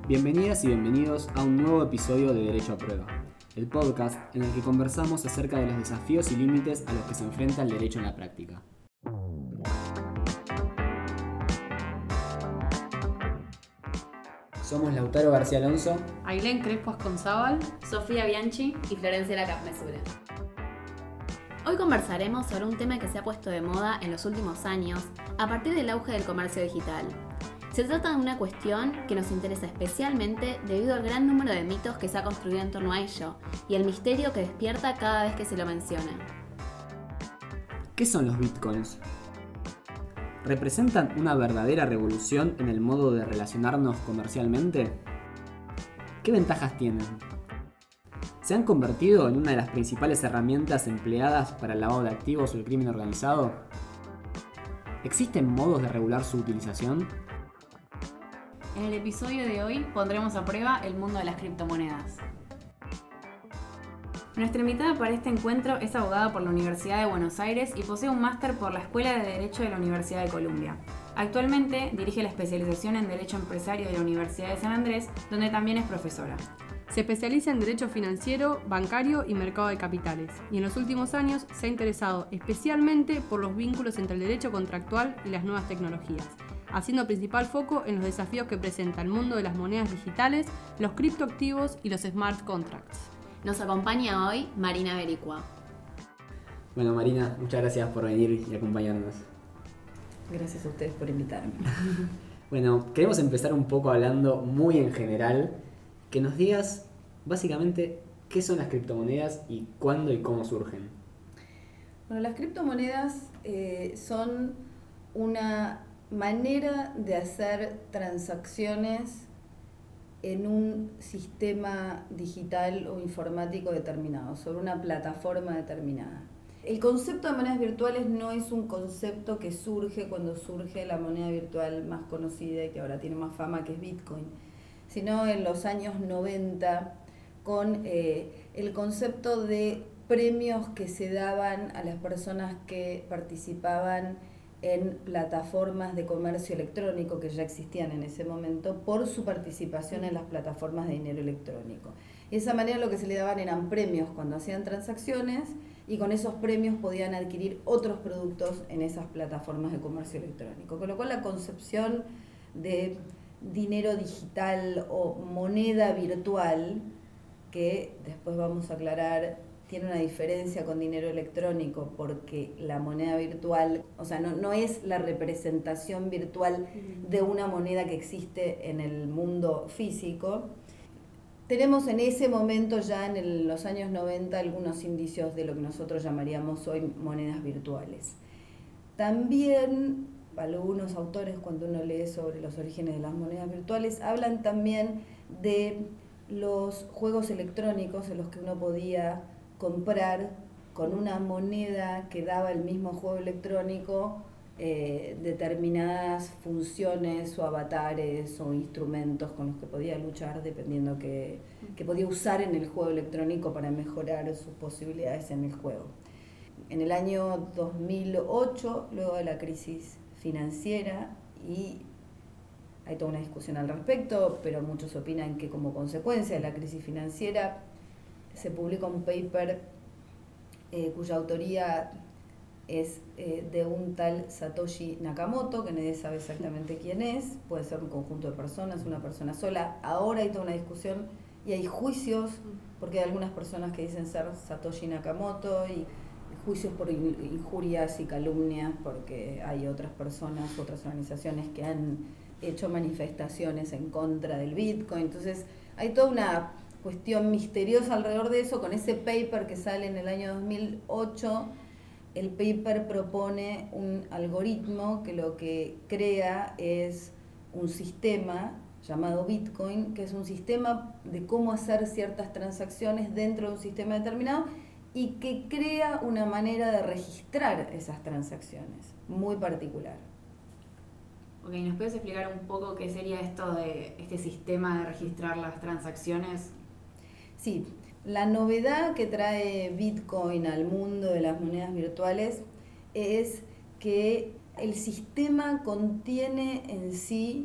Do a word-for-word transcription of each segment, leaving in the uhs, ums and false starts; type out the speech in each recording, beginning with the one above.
Bienvenidas y bienvenidos a un nuevo episodio de Derecho a Prueba, el podcast en el que conversamos acerca de los desafíos y límites a los que se enfrenta el derecho en la práctica. Somos Lautaro García Alonso, Ailén Crespo Asconzábal, Sofía Bianchi y Florencia Lacap Mesura. Hoy conversaremos sobre un tema que se ha puesto de moda en los últimos años a partir del auge del comercio digital. Se trata de una cuestión que nos interesa especialmente debido al gran número de mitos que se ha construido en torno a ello y el misterio que despierta cada vez que se lo menciona. ¿Qué son los bitcoins? ¿Representan una verdadera revolución en el modo de relacionarnos comercialmente? ¿Qué ventajas tienen? ¿Se han convertido en una de las principales herramientas empleadas para el lavado de activos o el crimen organizado? ¿Existen modos de regular su utilización? En el episodio de hoy pondremos a prueba el mundo de las criptomonedas. Nuestra invitada para este encuentro es abogada por la Universidad de Buenos Aires y posee un máster por la Escuela de Derecho de la Universidad de Columbia. Actualmente dirige la especialización en Derecho Empresario de la Universidad de San Andrés, donde también es profesora. Se especializa en Derecho Financiero, Bancario y Mercado de Capitales, y en los últimos años se ha interesado especialmente por los vínculos entre el derecho contractual y las nuevas tecnologías, haciendo principal foco en los desafíos que presenta el mundo de las monedas digitales, los criptoactivos y los smart contracts. Nos acompaña hoy Marina Bericua. Bueno, Marina, muchas gracias por venir y acompañarnos. Gracias a ustedes por invitarme. Bueno, queremos empezar un poco hablando muy en general, que nos digas básicamente qué son las criptomonedas y cuándo y cómo surgen. Bueno, las criptomonedas eh, son una manera de hacer transacciones en un sistema digital o informático determinado, sobre una plataforma determinada. El concepto de monedas virtuales no es un concepto que surge cuando surge la moneda virtual más conocida y que ahora tiene más fama, que es Bitcoin, sino en los años noventa con eh, el concepto de premios que se daban a las personas que participaban en plataformas de comercio electrónico que ya existían en ese momento por su participación en las plataformas de dinero electrónico. De esa manera lo que se le daban eran premios cuando hacían transacciones y con esos premios podían adquirir otros productos en esas plataformas de comercio electrónico. Con lo cual la concepción de dinero digital o moneda virtual, que después vamos a aclarar, tiene una diferencia con dinero electrónico porque la moneda virtual, o sea, no, no es la representación virtual de una moneda que existe en el mundo físico. Tenemos en ese momento ya en el, los años noventa algunos indicios de lo que nosotros llamaríamos hoy monedas virtuales. También algunos autores, cuando uno lee sobre los orígenes de las monedas virtuales, hablan también de los juegos electrónicos en los que uno podía comprar con una moneda que daba el mismo juego electrónico eh, determinadas funciones o avatares o instrumentos con los que podía luchar dependiendo que, que podía usar en el juego electrónico para mejorar sus posibilidades en el juego. En el año dos mil ocho, luego de la crisis financiera, y hay toda una discusión al respecto, pero muchos opinan que como consecuencia de la crisis financiera se publica un paper eh, cuya autoría es eh, de un tal Satoshi Nakamoto, que nadie sabe exactamente quién es, puede ser un conjunto de personas, una persona sola. Ahora hay toda una discusión y hay juicios, porque hay algunas personas que dicen ser Satoshi Nakamoto y juicios por injurias y calumnias, porque hay otras personas, otras organizaciones que han hecho manifestaciones en contra del Bitcoin. Entonces hay toda una cuestión misteriosa alrededor de eso. Con ese paper que sale en el año dos mil ocho, el paper propone un algoritmo que lo que crea es un sistema llamado Bitcoin, que es un sistema de cómo hacer ciertas transacciones dentro de un sistema determinado y que crea una manera de registrar esas transacciones muy particular. Ok, ¿nos puedes explicar un poco qué sería esto de este sistema de registrar las transacciones? Sí, la novedad que trae Bitcoin al mundo de las monedas virtuales es que el sistema contiene en sí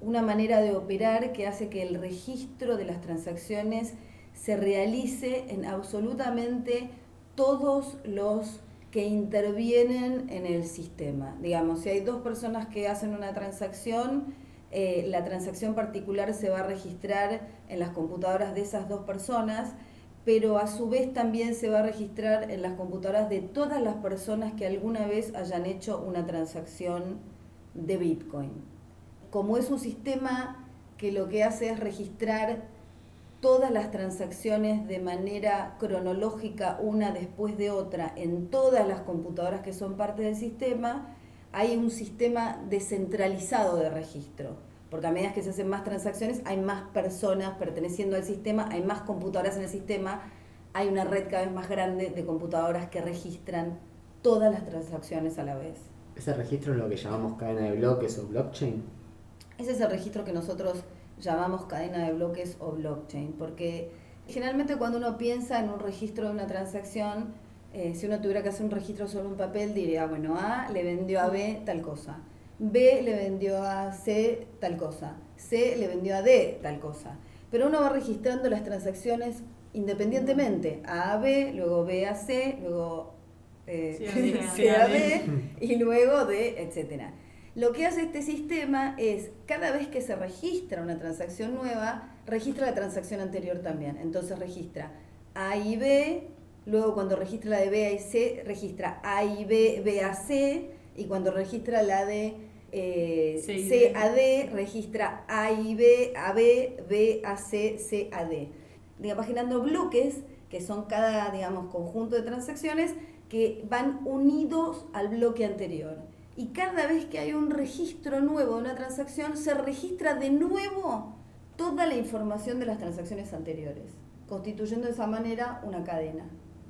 una manera de operar que hace que el registro de las transacciones se realice en absolutamente todos los que intervienen en el sistema. Digamos, si hay dos personas que hacen una transacción, eh, la transacción particular se va a registrar en las computadoras de esas dos personas, pero a su vez también se va a registrar en las computadoras de todas las personas que alguna vez hayan hecho una transacción de Bitcoin. Como es un sistema que lo que hace es registrar todas las transacciones de manera cronológica, una después de otra, en todas las computadoras que son parte del sistema, hay un sistema descentralizado de registro. Porque a medida que se hacen más transacciones, hay más personas perteneciendo al sistema, hay más computadoras en el sistema, hay una red cada vez más grande de computadoras que registran todas las transacciones a la vez. ¿Ese registro es lo que llamamos cadena de bloques o blockchain? Ese es el registro que nosotros llamamos cadena de bloques o blockchain, porque generalmente cuando uno piensa en un registro de una transacción, eh, si uno tuviera que hacer un registro sobre un papel, diría, bueno, A le vendió a B tal cosa, B le vendió a C tal cosa, C le vendió a D tal cosa. Pero uno va registrando las transacciones independientemente, A a B, luego B a C, luego eh, sí, C a B y luego D, etcétera. Lo que hace este sistema es, cada vez que se registra una transacción nueva, registra la transacción anterior también. Entonces registra A y B, luego cuando registra la de B a C, registra A y B, B a C, y cuando registra la de eh, C, C a D, registra A y B a B, B a C, C a D. Digamos, imaginando bloques, que son cada, digamos, conjunto de transacciones que van unidos al bloque anterior. Y cada vez que hay un registro nuevo de una transacción, se registra de nuevo toda la información de las transacciones anteriores, constituyendo de esa manera una cadena.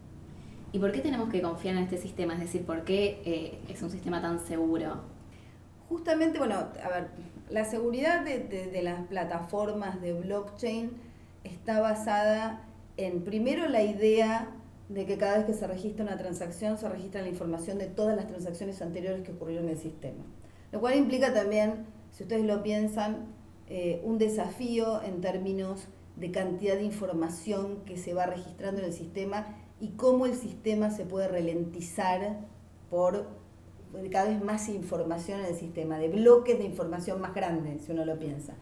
¿Y por qué tenemos que confiar en este sistema? Es decir, ¿por qué eh, es un sistema tan seguro? Justamente, bueno, a ver, la seguridad de, de, de las plataformas de blockchain está basada en, primero, la idea de que cada vez que se registra una transacción, se registra la información de todas las transacciones anteriores que ocurrieron en el sistema. Lo cual implica también, si ustedes lo piensan, eh, un desafío en términos de cantidad de información que se va registrando en el sistema y cómo el sistema se puede ralentizar por cada vez más información en el sistema, de bloques de información más grandes, si uno lo piensa.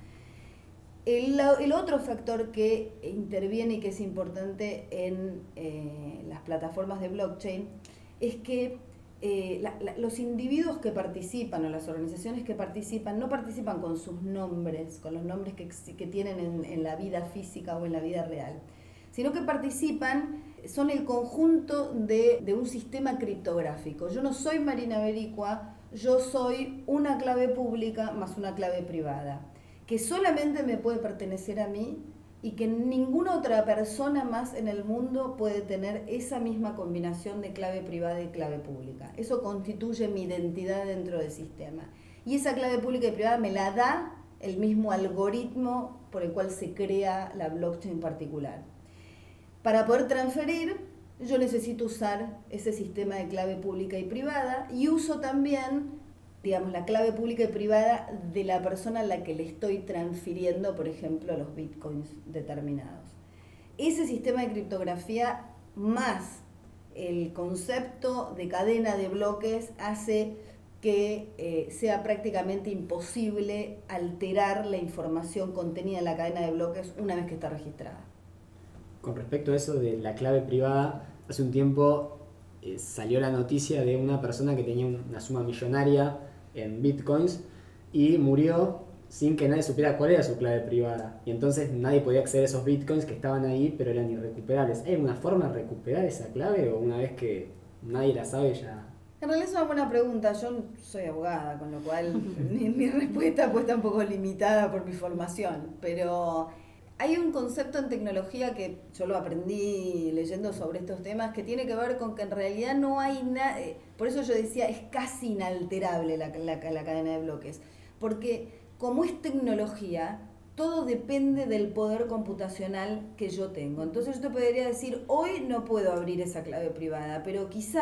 El, el otro factor que interviene y que es importante en eh, las plataformas de blockchain es que eh, la, la, los individuos que participan o las organizaciones que participan no participan con sus nombres, con los nombres que, que tienen en, en la vida física o en la vida real, sino que participan, son el conjunto de, de un sistema criptográfico. Yo no soy Marina Bericua, yo soy una clave pública más una clave privada, que solamente me puede pertenecer a mí y que ninguna otra persona más en el mundo puede tener esa misma combinación de clave privada y clave pública. Eso constituye mi identidad dentro del sistema. Y esa clave pública y privada me la da el mismo algoritmo por el cual se crea la blockchain particular. Para poder transferir, yo necesito usar ese sistema de clave pública y privada y uso también, digamos, la clave pública y privada de la persona a la que le estoy transfiriendo, por ejemplo, los bitcoins determinados. Ese sistema de criptografía más el concepto de cadena de bloques hace que eh, sea prácticamente imposible alterar la información contenida en la cadena de bloques una vez que está registrada. Con respecto a eso de la clave privada, hace un tiempo eh, salió la noticia de una persona que tenía una suma millonaria en bitcoins y murió sin que nadie supiera cuál era su clave privada. Y entonces nadie podía acceder a esos bitcoins que estaban ahí, pero eran irrecuperables. ¿Hay alguna forma de recuperar esa clave o una vez que nadie la sabe ya? En realidad es una buena pregunta. Yo soy abogada, con lo cual mi, mi respuesta pues está un poco limitada por mi formación, pero hay un concepto en tecnología que yo lo aprendí leyendo sobre estos temas que tiene que ver con que en realidad no hay nada, por eso yo decía es casi inalterable la, la, la cadena de bloques, porque como es tecnología, todo depende del poder computacional que yo tengo. Entonces yo te podría decir, hoy no puedo abrir esa clave privada, pero quizá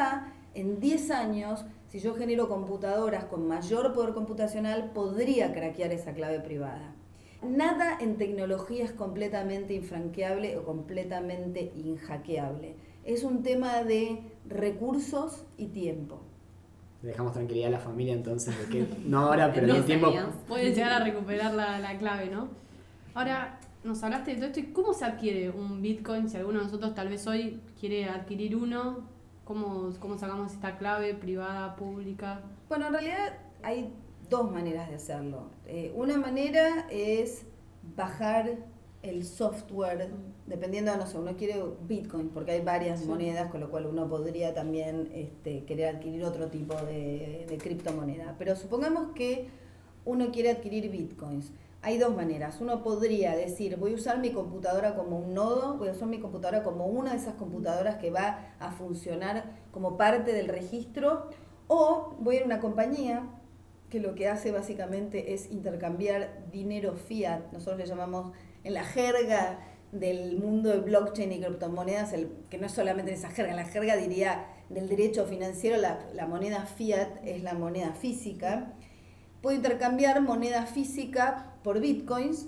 en diez años, si yo genero computadoras con mayor poder computacional, podría craquear esa clave privada. Nada en tecnología es completamente infranqueable o completamente inhackeable. Es un tema de recursos y tiempo. Dejamos tranquilidad a la familia entonces, de que no ahora, pero en el tiempo pueden llegar a recuperar la, la clave, ¿no? Ahora, nos hablaste de todo esto y ¿cómo se adquiere un Bitcoin? Si alguno de nosotros tal vez hoy quiere adquirir uno, ¿cómo, cómo sacamos esta clave privada, pública? Bueno, en realidad hay dos maneras de hacerlo. Eh, una manera es bajar el software, dependiendo, no sé, uno quiere Bitcoin, porque hay varias sí. monedas, con lo cual uno podría también este, querer adquirir otro tipo de, de criptomoneda. Pero supongamos que uno quiere adquirir Bitcoins. Hay dos maneras. Uno podría decir, voy a usar mi computadora como un nodo, voy a usar mi computadora como una de esas computadoras que va a funcionar como parte del registro, o voy a ir a una compañía que lo que hace básicamente es intercambiar dinero fiat. Nosotros le llamamos, en la jerga del mundo de blockchain y criptomonedas, el, que no es solamente en esa jerga, en la jerga diría del derecho financiero, la, la moneda fiat es la moneda física. Puedo intercambiar moneda física por bitcoins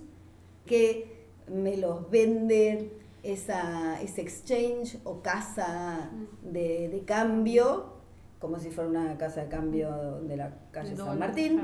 que me los vende esa, ese exchange o casa de, de cambio, como si fuera una casa de cambio de la calle San Martín.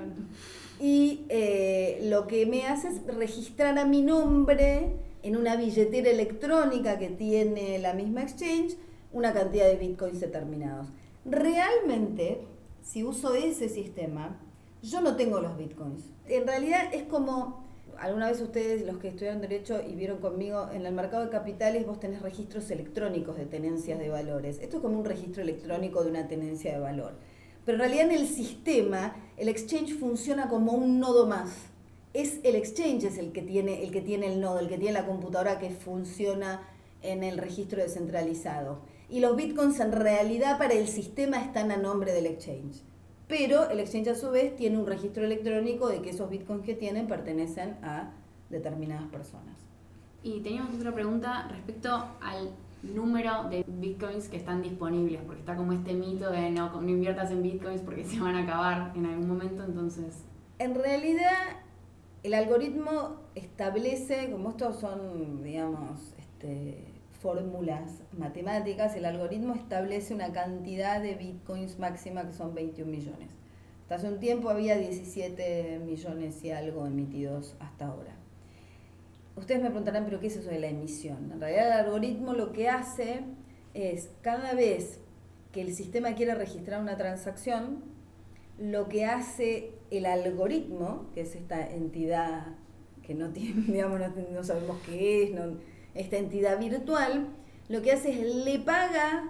Y eh, lo que me hace es registrar a mi nombre en una billetera electrónica que tiene la misma exchange una cantidad de bitcoins determinados. Realmente, si uso ese sistema, yo no tengo los bitcoins. En realidad es como, alguna vez ustedes, los que estudiaron Derecho y vieron conmigo, en el mercado de capitales vos tenés registros electrónicos de tenencias de valores. Esto es como un registro electrónico de una tenencia de valor. Pero en realidad en el sistema, el exchange funciona como un nodo más. Es el exchange es el que tiene el que tiene el nodo, el que tiene la computadora que funciona en el registro descentralizado. Y los bitcoins en realidad para el sistema están a nombre del exchange. Pero el exchange a su vez tiene un registro electrónico de que esos bitcoins que tienen pertenecen a determinadas personas. Y teníamos otra pregunta respecto al número de bitcoins que están disponibles, porque está como este mito de no, no inviertas en bitcoins porque se van a acabar en algún momento, entonces... En realidad, el algoritmo establece, como estos son, digamos, este, fórmulas matemáticas, el algoritmo establece una cantidad de bitcoins máxima que son veintiún millones. Hasta hace un tiempo había diecisiete millones y algo emitidos hasta ahora. Ustedes me preguntarán, ¿pero qué es eso de la emisión? En realidad el algoritmo lo que hace es, cada vez que el sistema quiere registrar una transacción, lo que hace el algoritmo, que es esta entidad que no tiene, digamos, no, no sabemos qué es, no, esta entidad virtual, lo que hace es le paga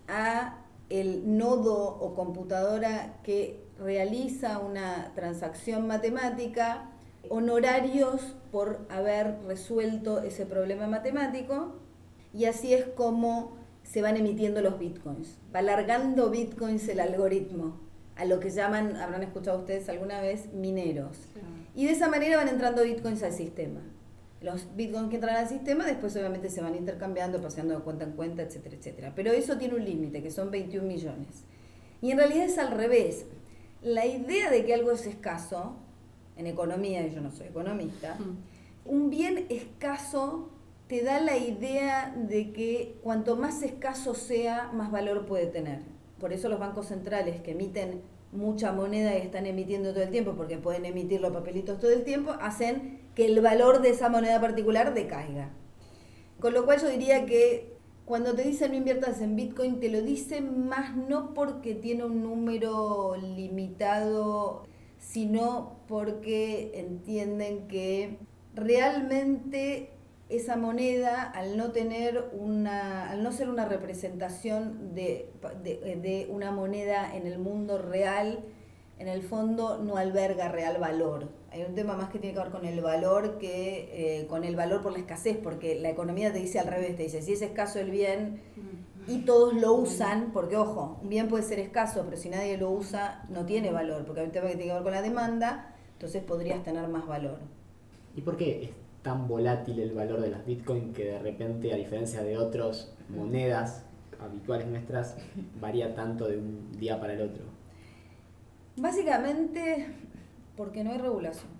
a el nodo o computadora que realiza una transacción matemática honorarios por haber resuelto ese problema matemático, y así es como se van emitiendo los bitcoins. Va largando bitcoins el algoritmo a lo que llaman, habrán escuchado ustedes alguna vez, mineros. Sí. Y de esa manera van entrando bitcoins al sistema. Los bitcoins que entran al sistema después obviamente se van intercambiando, pasando de cuenta en cuenta, etcétera, etcétera. Pero eso tiene un límite, que son veintiún millones. Y en realidad es al revés. La idea de que algo es escaso, en economía, y yo no soy economista, mm. un bien escaso te da la idea de que cuanto más escaso sea, más valor puede tener. Por eso los bancos centrales que emiten mucha moneda y están emitiendo todo el tiempo, porque pueden emitir los papelitos todo el tiempo, hacen que el valor de esa moneda particular decaiga. Con lo cual yo diría que cuando te dicen no inviertas en Bitcoin, te lo dicen más no porque tiene un número limitado, sino porque entienden que realmente esa moneda, al no tener una, al no ser una representación de, de, de una moneda en el mundo real, en el fondo no alberga real valor. Hay un tema más que tiene que ver con el valor que eh, con el valor por la escasez, porque la economía te dice al revés, te dice si es escaso el bien y todos lo usan, porque ojo, un bien puede ser escaso, pero si nadie lo usa no tiene valor, porque hay un tema que tiene que ver con la demanda, entonces podrías tener más valor. ¿Y por qué es tan volátil el valor de las Bitcoin que de repente, a diferencia de otras monedas, habituales nuestras varía tanto de un día para el otro? Básicamente porque no hay regulación.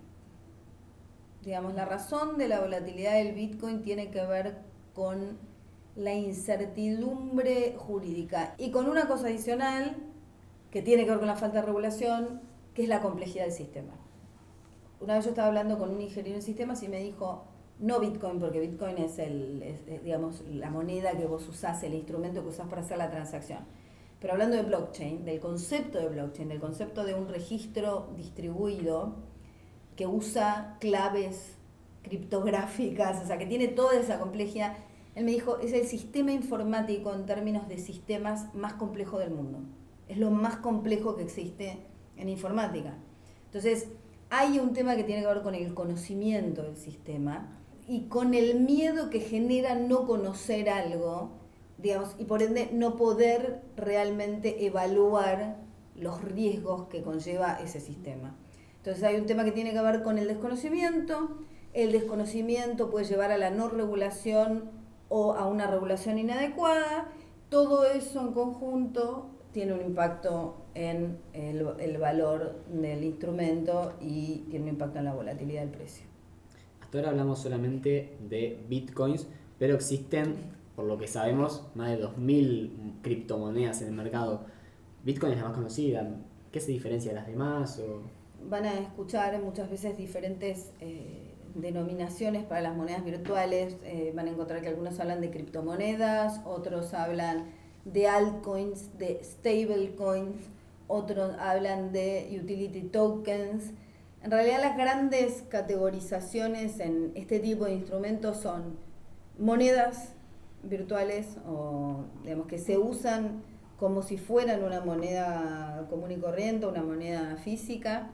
Digamos, la razón de la volatilidad del Bitcoin tiene que ver con la incertidumbre jurídica y con una cosa adicional que tiene que ver con la falta de regulación, que es la complejidad del sistema. Una vez yo estaba hablando con un ingeniero en sistemas y me dijo, no Bitcoin, porque Bitcoin es, el, es, es, digamos, la moneda que vos usás, el instrumento que usás para hacer la transacción. Pero hablando de blockchain, del concepto de blockchain, del concepto de un registro distribuido que usa claves criptográficas, o sea, que tiene toda esa complejidad, él me dijo, es el sistema informático en términos de sistemas más complejo del mundo. Es lo más complejo que existe en informática. Entonces, hay un tema que tiene que ver con el conocimiento del sistema y con el miedo que genera no conocer algo, digamos, y por ende no poder realmente evaluar los riesgos que conlleva ese sistema. Entonces hay un tema que tiene que ver con el desconocimiento. El desconocimiento puede llevar a la no regulación o a una regulación inadecuada. Todo eso en conjunto tiene un impacto en el, el valor del instrumento y tiene un impacto en la volatilidad del precio. Hasta ahora hablamos solamente de bitcoins, pero existen, por lo que sabemos, más de dos mil criptomonedas en el mercado. Bitcoin es la más conocida. ¿Qué se diferencia de las demás? O... Van a escuchar muchas veces diferentes eh, denominaciones para las monedas virtuales. Eh, van a encontrar que algunos hablan de criptomonedas, otros hablan de altcoins, de stablecoins, otros hablan de utility tokens. En realidad las grandes categorizaciones en este tipo de instrumentos son monedas virtuales, o digamos que se usan como si fueran una moneda común y corriente, una moneda física.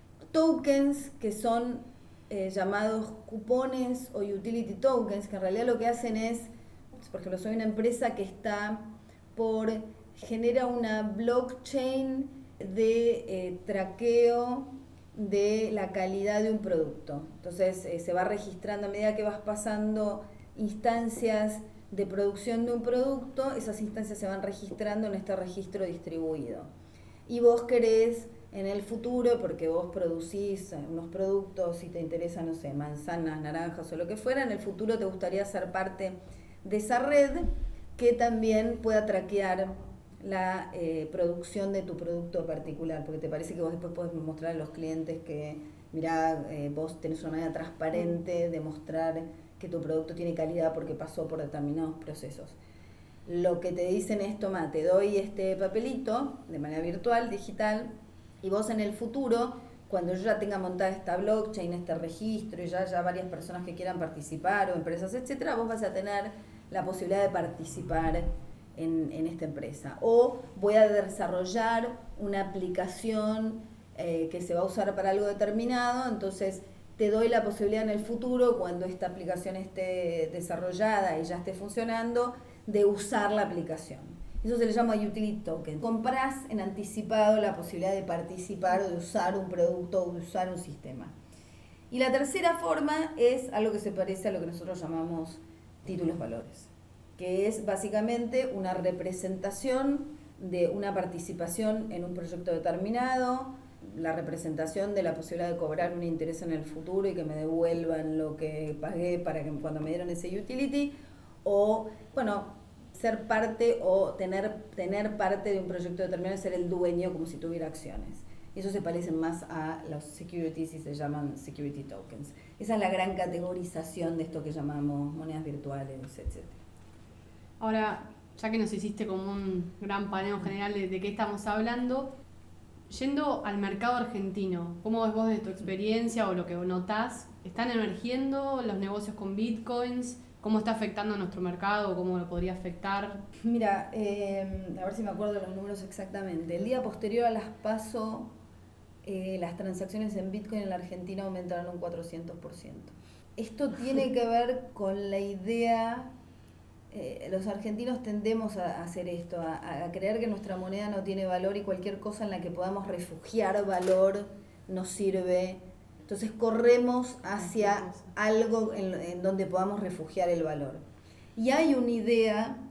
Tokens, que son eh, llamados cupones o utility tokens, que en realidad lo que hacen es, por ejemplo, soy una empresa que está por, genera una blockchain de eh, traqueo de la calidad de un producto. Entonces eh, se va registrando a medida que vas pasando instancias de producción de un producto, esas instancias se van registrando en este registro distribuido. Y vos querés en el futuro, porque vos producís unos productos y te interesan, no sé, manzanas, naranjas o lo que fuera, en el futuro te gustaría ser parte de esa red que también pueda traquear la eh, producción de tu producto particular, porque te parece que vos después podés mostrar a los clientes que, mirá, eh, vos tenés una manera transparente de mostrar que tu producto tiene calidad porque pasó por determinados procesos. Lo que te dicen es, toma, te doy este papelito de manera virtual, digital, y vos en el futuro, cuando yo ya tenga montada esta blockchain, este registro, y ya haya varias personas que quieran participar, o empresas, etcétera, vos vas a tener la posibilidad de participar en, en esta empresa. O voy a desarrollar una aplicación eh, que se va a usar para algo determinado, entonces te doy la posibilidad en el futuro, cuando esta aplicación esté desarrollada y ya esté funcionando, de usar la aplicación. Eso se le llama utility token. Comprás en anticipado la posibilidad de participar o de usar un producto o de usar un sistema. Y la tercera forma es algo que se parece a lo que nosotros llamamos títulos valores, que es básicamente una representación de una participación en un proyecto determinado, la representación de la posibilidad de cobrar un interés en el futuro y que me devuelvan lo que pagué para que cuando me dieron ese utility, o bueno, ser parte o tener, tener parte de un proyecto determinado, ser el dueño como si tuviera acciones. Eso se parece más a los securities y se llaman security tokens. Esa es la gran categorización de esto que llamamos monedas virtuales, etcétera. Ahora, ya que nos hiciste como un gran paneo general de, de qué estamos hablando, yendo al mercado argentino, ¿cómo ves vos de tu experiencia o lo que notás? ¿Están emergiendo los negocios con bitcoins? ¿Cómo está afectando a nuestro mercado? ¿Cómo lo podría afectar? Mira, eh, a ver si me acuerdo de los números exactamente. El día posterior a las PASO, eh, las transacciones en Bitcoin en la Argentina aumentaron un cuatrocientos por ciento. Esto tiene que ver con la idea, eh, los argentinos tendemos a hacer esto, a, a creer que nuestra moneda no tiene valor y cualquier cosa en la que podamos refugiar valor nos sirve. Entonces corremos hacia algo en, en donde podamos refugiar el valor. Y hay una idea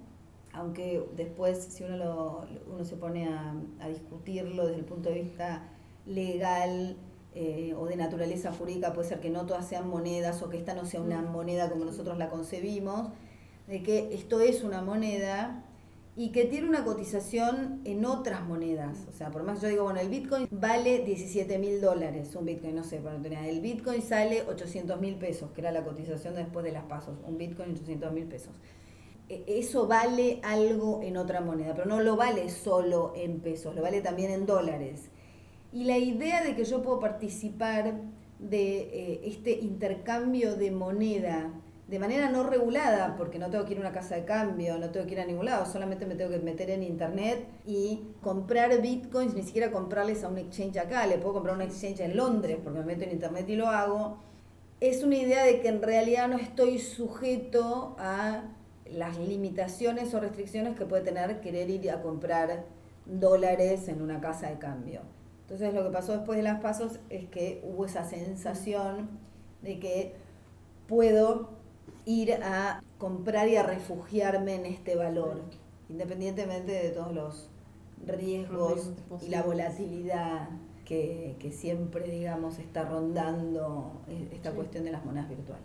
aunque después si uno, lo, uno se pone a, a discutirlo desde el punto de vista legal eh, o de naturaleza jurídica, puede ser que no todas sean monedas o que esta no sea una moneda como nosotros la concebimos, de que esto es una moneda y que tiene una cotización en otras monedas. O sea, por más yo digo, bueno, el Bitcoin vale diecisiete mil dólares, un Bitcoin, no sé, para no tener, el Bitcoin sale ochocientos mil pesos, que era la cotización después de las pasos, un Bitcoin ochocientos mil pesos. Eso vale algo en otra moneda, pero no lo vale solo en pesos, lo vale también en dólares. Y la idea de que yo puedo participar de eh, este intercambio de moneda de manera no regulada, porque no tengo que ir a una casa de cambio, no tengo que ir a ningún lado, solamente me tengo que meter en internet y comprar bitcoins, ni siquiera comprarles a un exchange acá, le puedo comprar a un exchange en Londres porque me meto en internet y lo hago. Es una idea de que en realidad no estoy sujeto a las limitaciones o restricciones que puede tener querer ir a comprar dólares en una casa de cambio. Entonces lo que pasó después de las pasos es que hubo esa sensación de que puedo ir a comprar y a refugiarme en este valor, independientemente de todos los riesgos y la volatilidad que, que siempre, digamos, está rondando esta sí. cuestión de las monedas virtuales.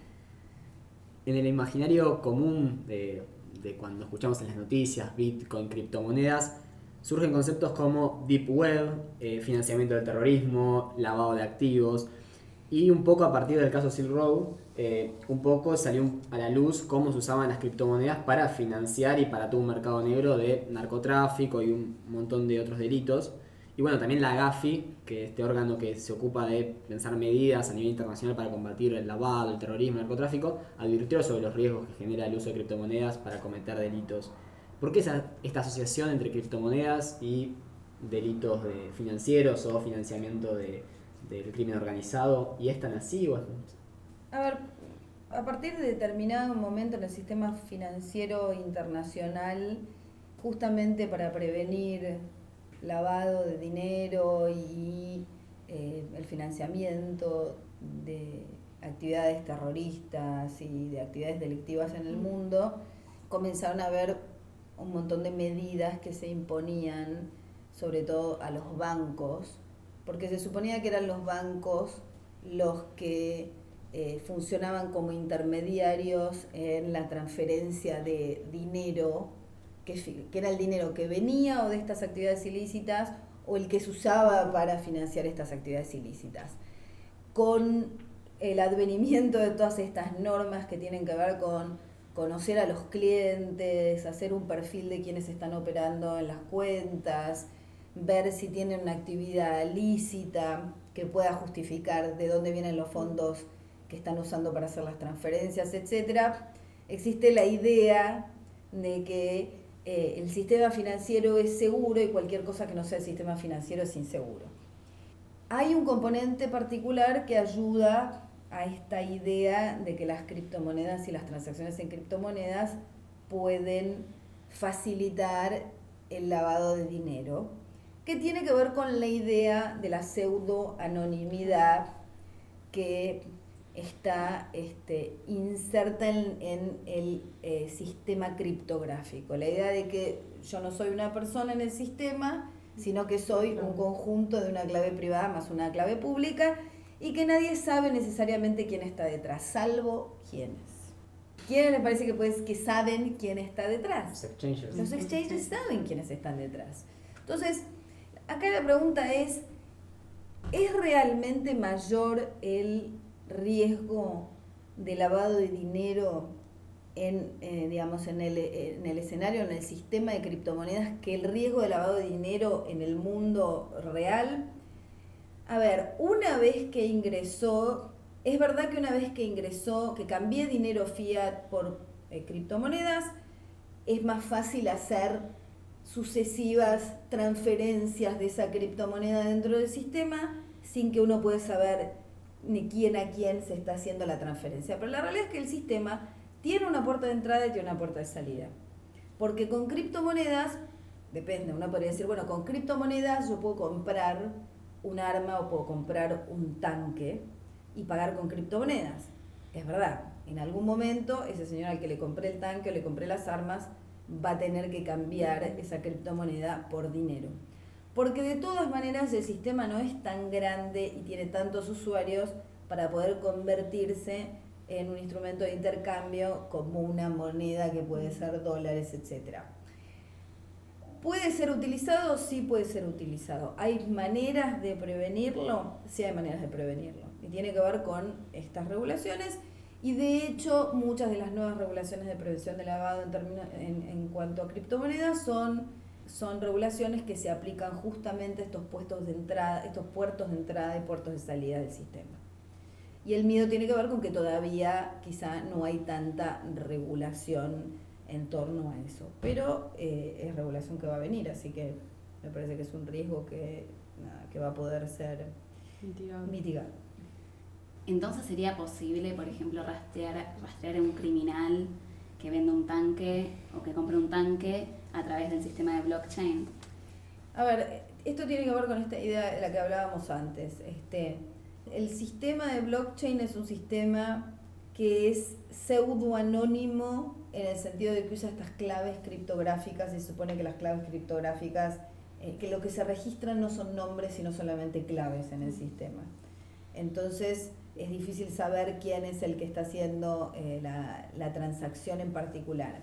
En el imaginario común de, de cuando escuchamos en las noticias Bitcoin, criptomonedas, surgen conceptos como Deep Web, eh, financiamiento del terrorismo, lavado de activos, y un poco a partir del caso Silk Road, eh, un poco salió a la luz cómo se usaban las criptomonedas para financiar y para todo un mercado negro de narcotráfico y un montón de otros delitos. Y bueno, también la GAFI, que es este órgano que se ocupa de pensar medidas a nivel internacional para combatir el lavado, el terrorismo, el narcotráfico, advirtió sobre los riesgos que genera el uso de criptomonedas para cometer delitos. ¿Por qué esa, esta asociación entre criptomonedas y delitos de financieros o financiamiento de, del crimen organizado? ¿Y es tan así o es...? A ver, a partir de determinado momento en el sistema financiero internacional, justamente para prevenir lavado de dinero y eh, el financiamiento de actividades terroristas y de actividades delictivas en el mundo, comenzaron a haber un montón de medidas que se imponían, sobre todo a los bancos, porque se suponía que eran los bancos los que eh, funcionaban como intermediarios en la transferencia de dinero, que, que era el dinero que venía o de estas actividades ilícitas o el que se usaba para financiar estas actividades ilícitas. Con el advenimiento de todas estas normas que tienen que ver con conocer a los clientes, hacer un perfil de quienes están operando en las cuentas, ver si tienen una actividad lícita que pueda justificar de dónde vienen los fondos que están usando para hacer las transferencias, etcétera. Existe la idea de que eh, el sistema financiero es seguro y cualquier cosa que no sea el sistema financiero es inseguro. Hay un componente particular que ayuda a esta idea de que las criptomonedas y las transacciones en criptomonedas pueden facilitar el lavado de dinero, que tiene que ver con la idea de la pseudo-anonimidad que está este, inserta en, en el eh, sistema criptográfico. La idea de que yo no soy una persona en el sistema, sino que soy un conjunto de una clave privada más una clave pública y que nadie sabe necesariamente quién está detrás, salvo quiénes. ¿Quiénes les parece que, pues, que saben quién está detrás? Los exchanges. Los exchanges saben quiénes están detrás. Entonces, acá la pregunta es, ¿es realmente mayor el riesgo de lavado de dinero en, eh, digamos, en el, en el escenario, en el sistema de criptomonedas, que el riesgo de lavado de dinero en el mundo real? A ver, una vez que ingresó, es verdad que una vez que ingresó, que cambié dinero fiat por eh, criptomonedas, es más fácil hacer sucesivas transferencias de esa criptomoneda dentro del sistema sin que uno pueda saber ni quién a quién se está haciendo la transferencia. Pero la realidad es que el sistema tiene una puerta de entrada y tiene una puerta de salida. Porque con criptomonedas, depende, uno podría decir, bueno, con criptomonedas yo puedo comprar un arma o puedo comprar un tanque y pagar con criptomonedas. Es verdad, en algún momento ese señor al que le compré el tanque o le compré las armas va a tener que cambiar esa criptomoneda por dinero. Porque de todas maneras el sistema no es tan grande y tiene tantos usuarios para poder convertirse en un instrumento de intercambio como una moneda que puede ser dólares, etcétera. ¿Puede ser utilizado? Sí puede ser utilizado. ¿Hay maneras de prevenirlo? Sí hay maneras de prevenirlo. Y tiene que ver con estas regulaciones. Y de hecho, muchas de las nuevas regulaciones de prevención de lavado en, términos, en, en cuanto a criptomonedas son, son regulaciones que se aplican justamente a estos puestos de entrada, estos puertos de entrada y puertos de salida del sistema. Y el miedo tiene que ver con que todavía quizá no hay tanta regulación en torno a eso. Pero eh, es regulación que va a venir, así que me parece que es un riesgo que, nada, que va a poder ser mitigado. mitigado. Entonces sería posible, por ejemplo, rastrear, rastrear a un criminal que venda un tanque o que compre un tanque a través del sistema de blockchain. A ver, esto tiene que ver con esta idea de la que hablábamos antes. Este, el sistema de blockchain es un sistema que es pseudo-anónimo en el sentido de que usa estas claves criptográficas, y se supone que las claves criptográficas, eh, que lo que se registran no son nombres, sino solamente claves en el sistema. Entonces, es difícil saber quién es el que está haciendo eh, la, la transacción en particular.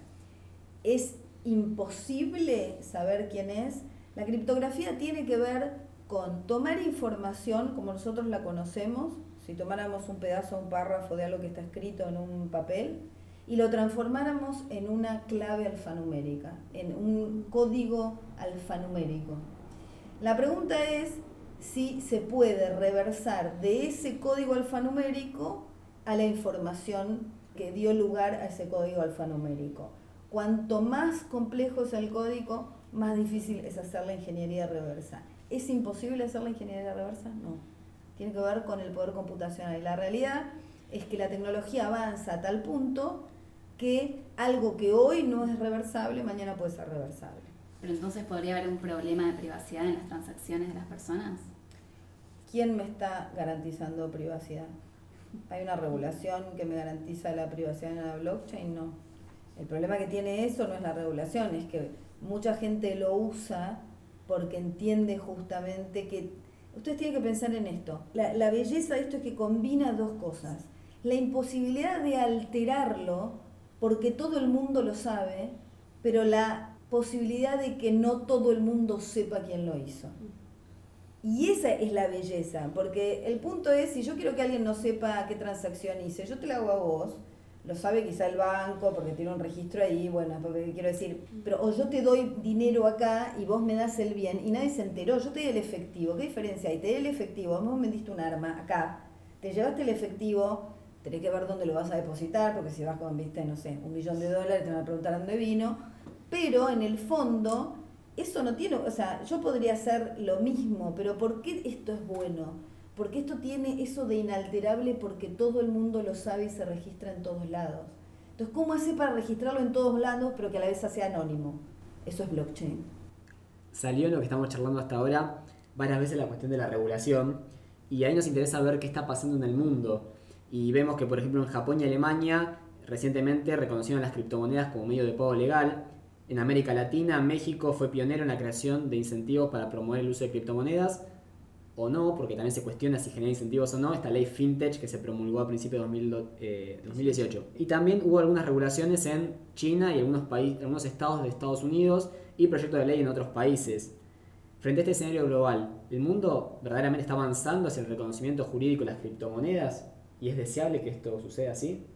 Es imposible saber quién es. La criptografía tiene que ver con tomar información como nosotros la conocemos, si tomáramos un pedazo, un párrafo de algo que está escrito en un papel, y lo transformáramos en una clave alfanumérica, en un código alfanumérico. La pregunta es si se puede reversar de ese código alfanumérico a la información que dio lugar a ese código alfanumérico. Cuanto más complejo es el código, más difícil es hacer la ingeniería reversa. ¿Es imposible hacer la ingeniería reversa? No. Tiene que ver con el poder computacional. Y la realidad es que la tecnología avanza a tal punto que algo que hoy no es reversible, mañana puede ser reversible. Pero entonces podría haber un problema de privacidad en las transacciones de las personas. ¿Quién me está garantizando privacidad? ¿Hay una regulación que me garantiza la privacidad en la blockchain? No. El problema que tiene eso no es la regulación, es que mucha gente lo usa porque entiende justamente que... Ustedes tienen que pensar en esto. La, la belleza de esto es que combina dos cosas. La imposibilidad de alterarlo, porque todo el mundo lo sabe, pero la posibilidad de que no todo el mundo sepa quién lo hizo. Y esa es la belleza, porque el punto es, si yo quiero que alguien no sepa qué transacción hice, yo te la hago a vos, lo sabe quizá el banco porque tiene un registro ahí, bueno, porque quiero decir, pero o yo te doy dinero acá y vos me das el bien y nadie se enteró, yo te di el efectivo, ¿qué diferencia hay? Te di el efectivo, vos me diste un arma acá, te llevaste el efectivo, tenés que ver dónde lo vas a depositar, porque si vas con, viste, no sé, un millón de dólares, te van a preguntar dónde vino, pero en el fondo, eso no tiene, o sea, yo podría hacer lo mismo, pero ¿por qué esto es bueno? Porque esto tiene eso de inalterable porque todo el mundo lo sabe y se registra en todos lados. Entonces, ¿cómo hace para registrarlo en todos lados pero que a la vez sea anónimo? Eso es blockchain. Salió en lo que estamos charlando hasta ahora varias veces la cuestión de la regulación y ahí nos interesa ver qué está pasando en el mundo. Y vemos que, por ejemplo, en Japón y Alemania recientemente reconocieron las criptomonedas como medio de pago legal. En América Latina, México fue pionero en la creación de incentivos para promover el uso de criptomonedas, o no, porque también se cuestiona si genera incentivos o no, esta ley FinTech que se promulgó a principios de dos mil dieciocho. Y también hubo algunas regulaciones en China y algunos, países, algunos estados de Estados Unidos y proyectos de ley en otros países. Frente a este escenario global, ¿el mundo verdaderamente está avanzando hacia el reconocimiento jurídico de las criptomonedas? ¿Y es deseable que esto suceda así?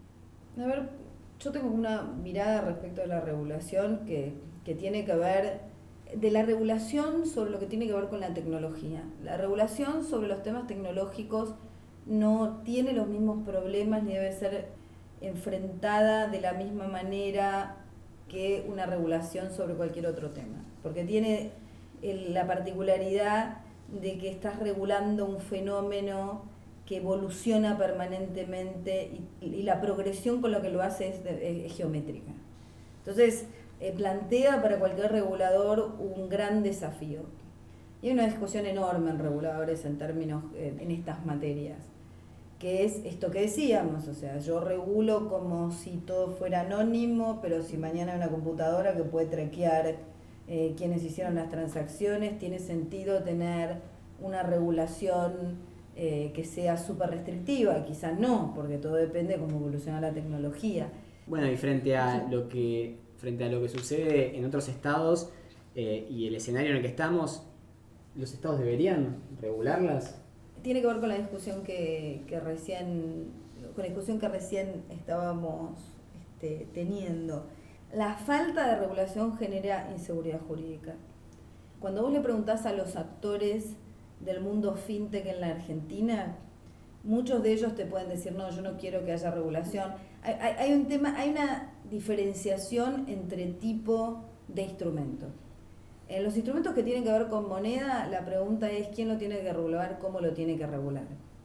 A ver, yo tengo una mirada respecto a la regulación que, que tiene que ver... de la regulación sobre lo que tiene que ver con la tecnología. La regulación sobre los temas tecnológicos no tiene los mismos problemas ni debe ser enfrentada de la misma manera que una regulación sobre cualquier otro tema, porque tiene el, la particularidad de que estás regulando un fenómeno que evoluciona permanentemente y, y la progresión con lo que lo hace es, de, es geométrica. Entonces, Eh, plantea para cualquier regulador un gran desafío. Y hay una discusión enorme en reguladores en términos, eh, en estas materias. que es esto que decíamos, o sea, yo regulo como si todo fuera anónimo, pero si mañana hay una computadora que puede traquear eh, quienes hicieron las transacciones, tiene sentido tener una regulación eh, que sea súper restrictiva. Quizás no, porque todo depende de cómo evoluciona la tecnología. Bueno, y frente a lo que, frente a lo que sucede en otros estados eh, y el escenario en el que estamos, ¿los estados deberían regularlas? Tiene que ver con la discusión que, que recién, con la discusión que recién estábamos este, teniendo. La falta de regulación genera inseguridad jurídica. Cuando vos le preguntás a los actores del mundo fintech en la Argentina, muchos de ellos te pueden decir, no, yo no quiero que haya regulación. Hay, hay, hay un tema, hay una diferenciación entre tipo de instrumento. En los instrumentos que tienen que ver con moneda, la pregunta es quién lo tiene que regular, cómo lo tiene que regular.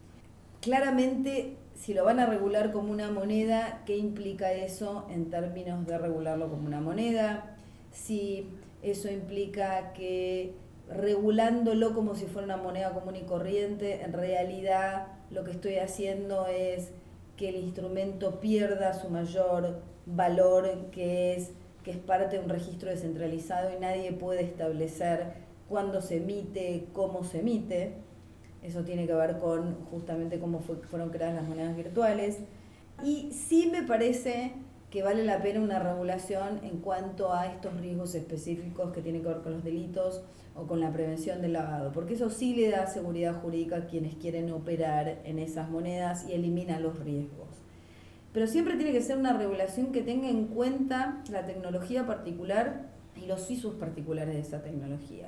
Claramente, si lo van a regular como una moneda, ¿qué implica eso en términos de regularlo como una moneda? Si eso implica que regulándolo como si fuera una moneda común y corriente, en realidad lo que estoy haciendo es que el instrumento pierda su mayor valor, que es que es parte de un registro descentralizado y nadie puede establecer cuándo se emite, cómo se emite. Eso tiene que ver con justamente cómo fue, fueron creadas las monedas virtuales. Y sí me parece que vale la pena una regulación en cuanto a estos riesgos específicos que tienen que ver con los delitos o con la prevención del lavado, porque eso sí le da seguridad jurídica a quienes quieren operar en esas monedas y elimina los riesgos. Pero siempre tiene que ser una regulación que tenga en cuenta la tecnología particular y los usos particulares de esa tecnología.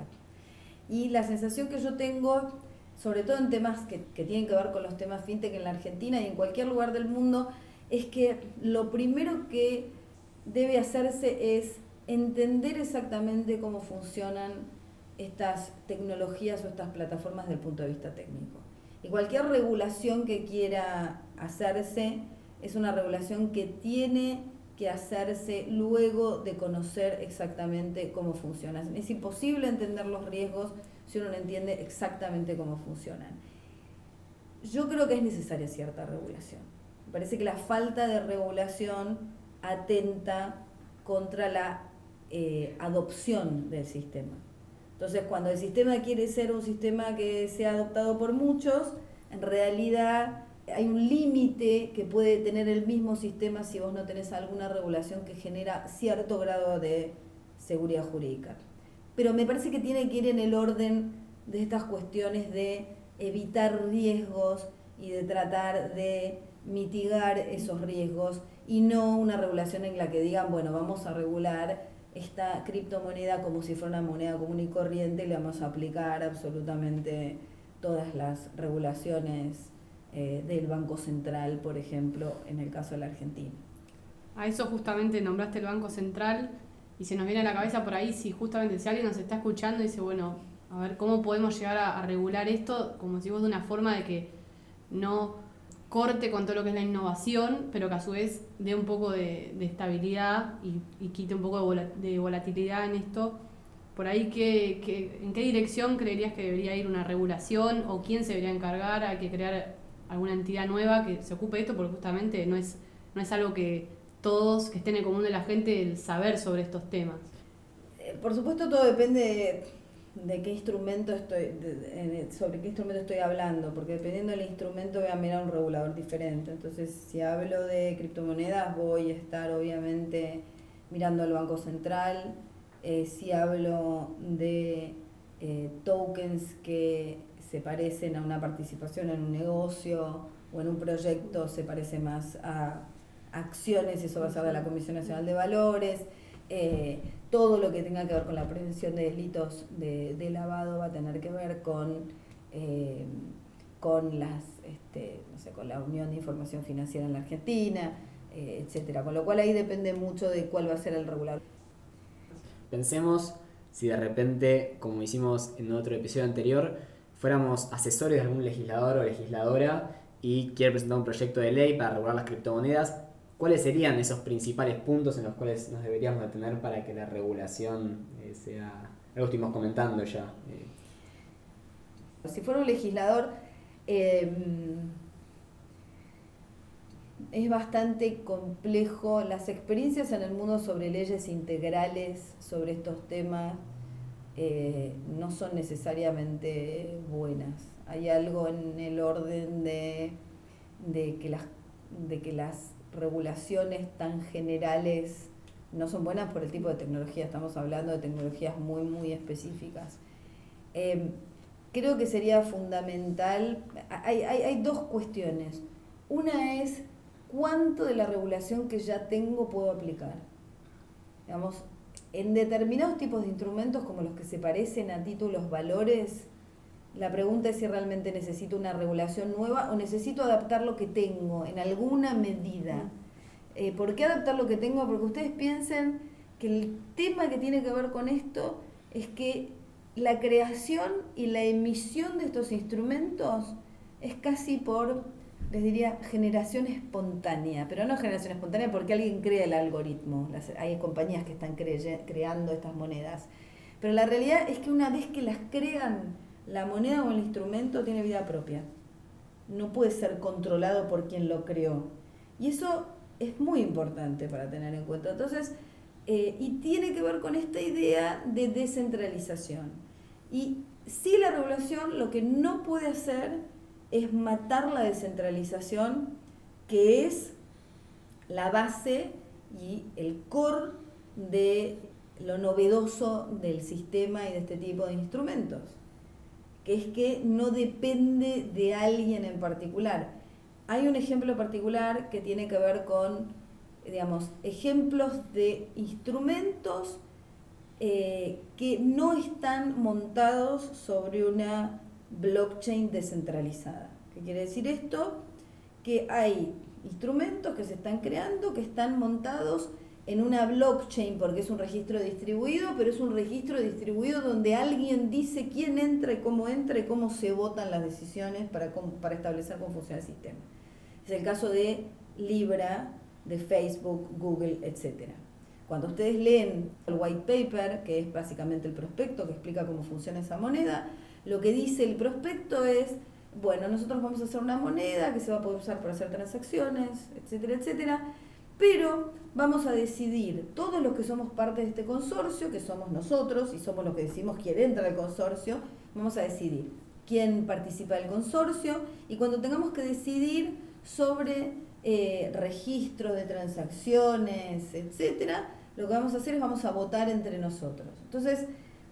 Y la sensación que yo tengo, sobre todo en temas que, que tienen que ver con los temas fintech en la Argentina y en cualquier lugar del mundo, es que lo primero que debe hacerse es entender exactamente cómo funcionan estas tecnologías o estas plataformas desde el punto de vista técnico. Y cualquier regulación que quiera hacerse es una regulación que tiene que hacerse luego de conocer exactamente cómo funcionan. Es imposible entender los riesgos si uno no entiende exactamente cómo funcionan. Yo creo que es necesaria cierta regulación. Me parece que la falta de regulación atenta contra la eh, adopción del sistema. Entonces, cuando el sistema quiere ser un sistema que sea adoptado por muchos, en realidad hay un límite que puede tener el mismo sistema si vos no tenés alguna regulación que genera cierto grado de seguridad jurídica. Pero me parece que tiene que ir en el orden de estas cuestiones de evitar riesgos y de tratar de mitigar esos riesgos y no una regulación en la que digan, bueno, vamos a regular esta criptomoneda como si fuera una moneda común y corriente y le vamos a aplicar absolutamente todas las regulaciones Eh, del Banco Central, por ejemplo, en el caso de la Argentina. A eso justamente nombraste el Banco Central y se nos viene a la cabeza por ahí si justamente si alguien nos está escuchando y dice, bueno, a ver, ¿cómo podemos llegar a, a regular esto? Como si vos de una forma de que no corte con todo lo que es la innovación, pero que a su vez dé un poco de, de estabilidad y, y quite un poco de, vola, de volatilidad en esto. Por ahí, ¿qué, qué, ¿en qué dirección creerías que debería ir una regulación o quién se debería encargar? ¿Hay que crear alguna entidad nueva que se ocupe de esto? Porque justamente no es, no es algo que todos, que esté en el común de la gente, el saber sobre estos temas. Eh, por supuesto, todo depende de, de qué instrumento estoy, de, de, sobre qué instrumento estoy hablando, porque dependiendo del instrumento voy a mirar un regulador diferente. Entonces, si hablo de criptomonedas, voy a estar obviamente mirando al Banco Central. Eh, si hablo de eh, tokens que se parecen a una participación en un negocio o en un proyecto, se parece más a acciones, eso va a ser de la Comisión Nacional de Valores. Eh, todo lo que tenga que ver con la prevención de delitos de, de lavado va a tener que ver con, eh, con, las, este, no sé, con la Unión de Información Financiera en la Argentina, eh, etcétera. Con lo cual ahí depende mucho de cuál va a ser el regulador. Pensemos si de repente, como hicimos en otro episodio anterior, fuéramos asesores de algún legislador o legisladora y quiere presentar un proyecto de ley para regular las criptomonedas, ¿cuáles serían esos principales puntos en los cuales nos deberíamos detener para que la regulación eh, sea algo que estuvimos comentando ya? Eh. Si fuera un legislador, eh, es bastante complejo. Las experiencias en el mundo sobre leyes integrales, sobre estos temas, eh, no son necesariamente buenas. Hay algo en el orden de, de, que las, de que las regulaciones tan generales no son buenas por el tipo de tecnología. Estamos hablando de tecnologías muy, muy específicas. Eh, creo que sería fundamental. Hay, hay, hay dos cuestiones. Una es cuánto de la regulación que ya tengo puedo aplicar. Digamos, en determinados tipos de instrumentos como los que se parecen a títulos valores, la pregunta es si realmente necesito una regulación nueva o necesito adaptar lo que tengo en alguna medida. Eh, ¿Por qué adaptar lo que tengo? Porque ustedes piensen que el tema que tiene que ver con esto es que la creación y la emisión de estos instrumentos es casi por, les diría, generación espontánea, pero no generación espontánea porque alguien crea el algoritmo. Las, hay compañías que están cre- creando estas monedas, pero la realidad es que una vez que las crean, la moneda o el instrumento tiene vida propia. No puede ser controlado por quien lo creó. Y eso es muy importante para tener en cuenta. Entonces, eh, y tiene que ver con esta idea de descentralización. Y sí, la regulación lo que no puede hacer es matar la descentralización, que es la base y el core de lo novedoso del sistema y de este tipo de instrumentos, que es que no depende de alguien en particular. Hay un ejemplo particular que tiene que ver con, digamos, ejemplos de instrumentos eh, que no están montados sobre una blockchain descentralizada. ¿Qué quiere decir esto? Que hay instrumentos que se están creando que están montados en una blockchain porque es un registro distribuido, pero es un registro distribuido donde alguien dice quién entra y cómo entra y cómo se votan las decisiones para, para establecer cómo funciona el sistema. Es el caso de Libra, de Facebook, Google, etcétera. Cuando ustedes leen el white paper, que es básicamente el prospecto que explica cómo funciona esa moneda, lo que dice el prospecto es, bueno, nosotros vamos a hacer una moneda que se va a poder usar para hacer transacciones, etcétera, etcétera, pero vamos a decidir, todos los que somos parte de este consorcio, que somos nosotros y somos los que decimos quién entra al consorcio, vamos a decidir quién participa del consorcio, y cuando tengamos que decidir sobre eh, registro de transacciones, etcétera, lo que vamos a hacer es vamos a votar entre nosotros. Entonces,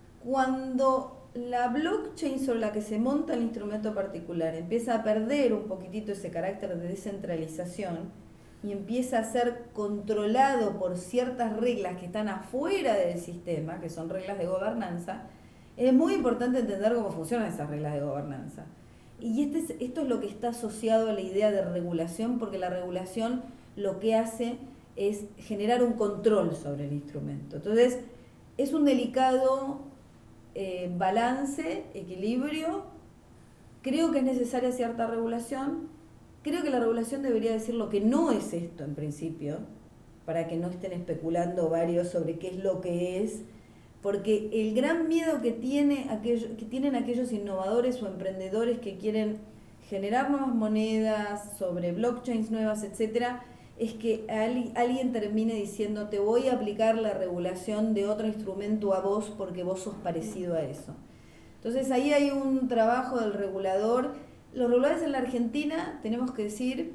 cuando la blockchain sobre la que se monta el instrumento particular empieza a perder un poquitito ese carácter de descentralización y empieza a ser controlado por ciertas reglas que están afuera del sistema, que son reglas de gobernanza, es muy importante entender cómo funcionan esas reglas de gobernanza. Y este es, esto es lo que está asociado a la idea de regulación, porque la regulación lo que hace es generar un control sobre el instrumento. Entonces, es un delicado eh, balance, equilibrio. Creo que es necesaria cierta regulación. Creo que la regulación debería decir lo que no es esto en principio, para que no estén especulando varios sobre qué es lo que es, porque el gran miedo que, tiene aquello, que tienen aquellos innovadores o emprendedores que quieren generar nuevas monedas, sobre blockchains nuevas, etcétera, es que alguien termine diciendo te voy a aplicar la regulación de otro instrumento a vos porque vos sos parecido a eso. Entonces ahí hay un trabajo del regulador. Los reguladores en la Argentina, tenemos que decir,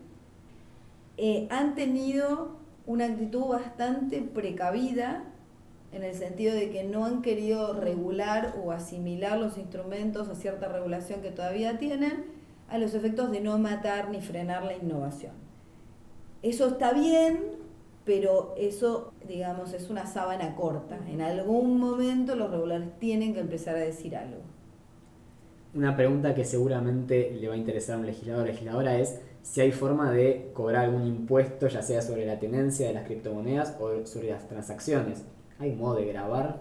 eh, han tenido una actitud bastante precavida, en el sentido de que no han querido regular o asimilar los instrumentos a cierta regulación que todavía tienen, a los efectos de no matar ni frenar la innovación. Eso está bien, pero eso, digamos, es una sábana corta. En algún momento los reguladores tienen que empezar a decir algo. Una pregunta que seguramente le va a interesar a un legislador o legisladora es si hay forma de cobrar algún impuesto, ya sea sobre la tenencia de las criptomonedas o sobre las transacciones. ¿Hay modo de grabar?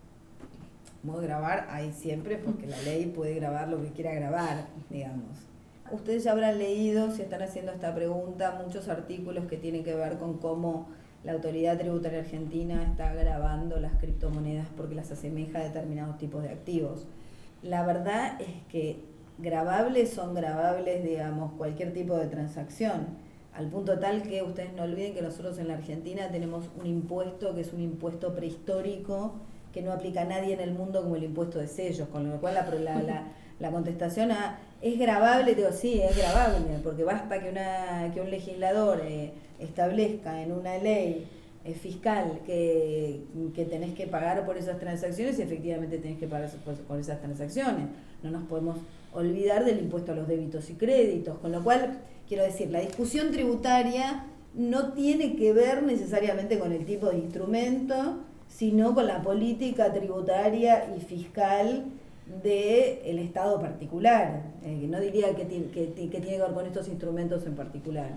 Modo de grabar hay siempre, porque la ley puede grabar lo que quiera grabar, digamos. Ustedes ya habrán leído, si están haciendo esta pregunta, muchos artículos que tienen que ver con cómo la autoridad tributaria argentina está grabando las criptomonedas porque las asemeja a determinados tipos de activos. La verdad es que grabables son grabables, digamos, cualquier tipo de transacción. al punto tal que ustedes no olviden que nosotros en la Argentina tenemos un impuesto que es un impuesto prehistórico que no aplica a nadie en el mundo como el impuesto de sellos, con lo cual la, la, la, la contestación a ¿es grabable? Digo, sí, es grabable, porque basta que, una, que un legislador eh, establezca en una ley eh, fiscal que, que tenés que pagar por esas transacciones y efectivamente tenés que pagar por esas transacciones. No nos podemos olvidar del impuesto a los débitos y créditos, con lo cual, quiero decir, la discusión tributaria no tiene que ver necesariamente con el tipo de instrumento, sino con la política tributaria y fiscal del Estado particular. Eh, no diría que, que, que tiene que ver con estos instrumentos en particular.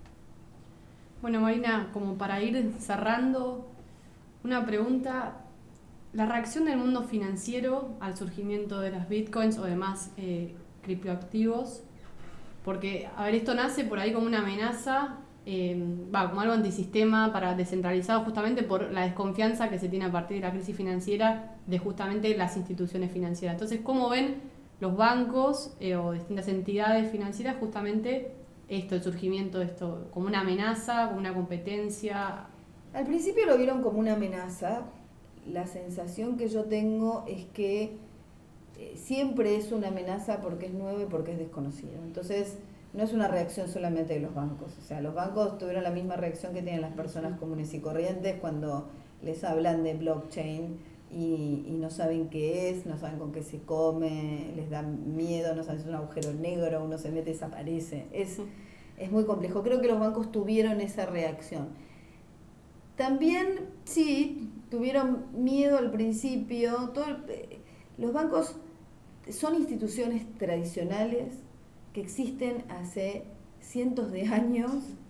Bueno, Marina, como para ir cerrando, una pregunta. La reacción del mundo financiero al surgimiento de las bitcoins o demás eh, criptoactivos, porque, a ver, esto nace por ahí como una amenaza, eh, va, como algo antisistema para descentralizado, justamente por la desconfianza que se tiene a partir de la crisis financiera de justamente las instituciones financieras. Entonces, ¿cómo ven los bancos eh, o distintas entidades financieras justamente esto, el surgimiento de esto, como una amenaza, como una competencia? Al principio lo vieron como una amenaza. La sensación que yo tengo es que eh, siempre es una amenaza porque es nuevo y porque es desconocido. Entonces, no es una reacción solamente de los bancos. O sea, los bancos tuvieron la misma reacción que tienen las personas comunes y corrientes cuando les hablan de blockchain y, y no saben qué es, no saben con qué se come, les da miedo, no saben si es un agujero negro, uno se mete y desaparece. Es, es muy complejo. Creo que los bancos tuvieron esa reacción. También, sí, tuvieron miedo al principio. Todo el, los bancos son instituciones tradicionales que existen hace cientos de años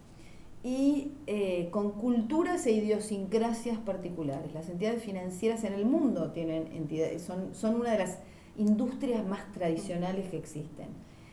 y eh, con culturas e idiosincrasias particulares. Las entidades financieras en el mundo tienen entidades, son, son una de las industrias más tradicionales que existen.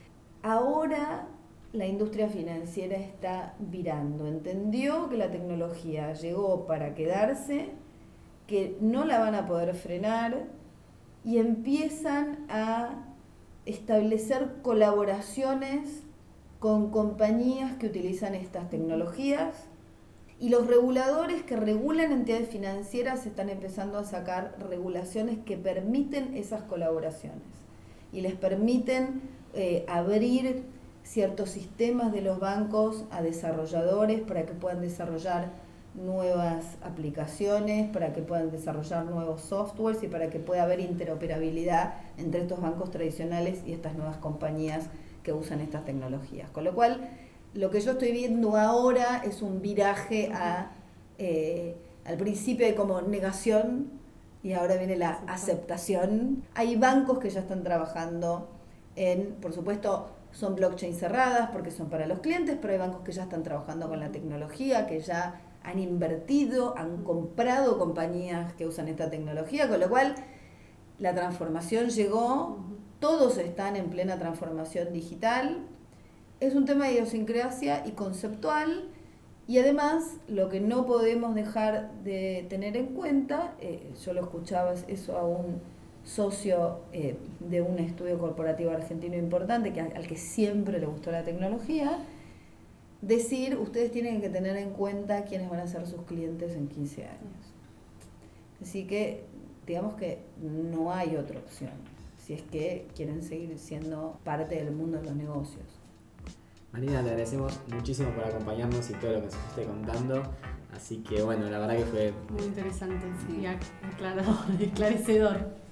Ahora la industria financiera está virando, entendió que la tecnología llegó para quedarse, que no la van a poder frenar y empiezan a establecer colaboraciones con compañías que utilizan estas tecnologías y los reguladores que regulan entidades financieras están empezando a sacar regulaciones que permiten esas colaboraciones y les permiten eh, abrir ciertos sistemas de los bancos a desarrolladores para que puedan desarrollar nuevas aplicaciones, para que puedan desarrollar nuevos softwares y para que pueda haber interoperabilidad entre estos bancos tradicionales y estas nuevas compañías que usan estas tecnologías. Con lo cual, lo que yo estoy viendo ahora es un viraje a, eh, al principio hay como negación y ahora viene la aceptación. Hay bancos que ya están trabajando en, por supuesto, son blockchain cerradas porque son para los clientes, pero hay bancos que ya están trabajando con la tecnología, que ya han invertido, han comprado compañías que usan esta tecnología, con lo cual la transformación llegó, todos están en plena transformación digital. Es un tema de idiosincrasia y conceptual, y además lo que no podemos dejar de tener en cuenta, eh, yo lo escuchaba eso a un socio eh, de un estudio corporativo argentino importante, que, al que siempre le gustó la tecnología, decir, ustedes tienen que tener en cuenta quiénes van a ser sus clientes en quince años. Así que, digamos que no hay otra opción, si es que quieren seguir siendo parte del mundo de los negocios. Marina, te agradecemos muchísimo por acompañarnos y todo lo que nos esté contando. Así que bueno, la verdad que fue muy interesante, sí, y aclarador, esclarecedor.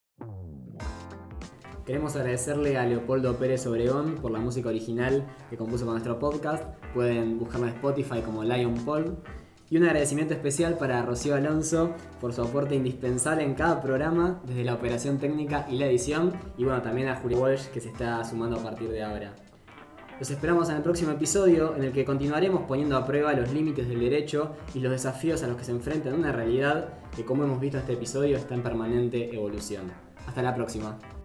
Queremos agradecerle a Leopoldo Pérez Obregón por la música original que compuso para nuestro podcast. Pueden buscarlo en Spotify como Lion Paul. Y un agradecimiento especial para Rocío Alonso por su aporte indispensable en cada programa, desde la operación técnica y la edición. Y bueno, también a Julia Walsh, que se está sumando a partir de ahora. Los esperamos en el próximo episodio, en el que continuaremos poniendo a prueba los límites del derecho y los desafíos a los que se enfrenta una realidad que, como hemos visto en este episodio, está en permanente evolución. Hasta la próxima.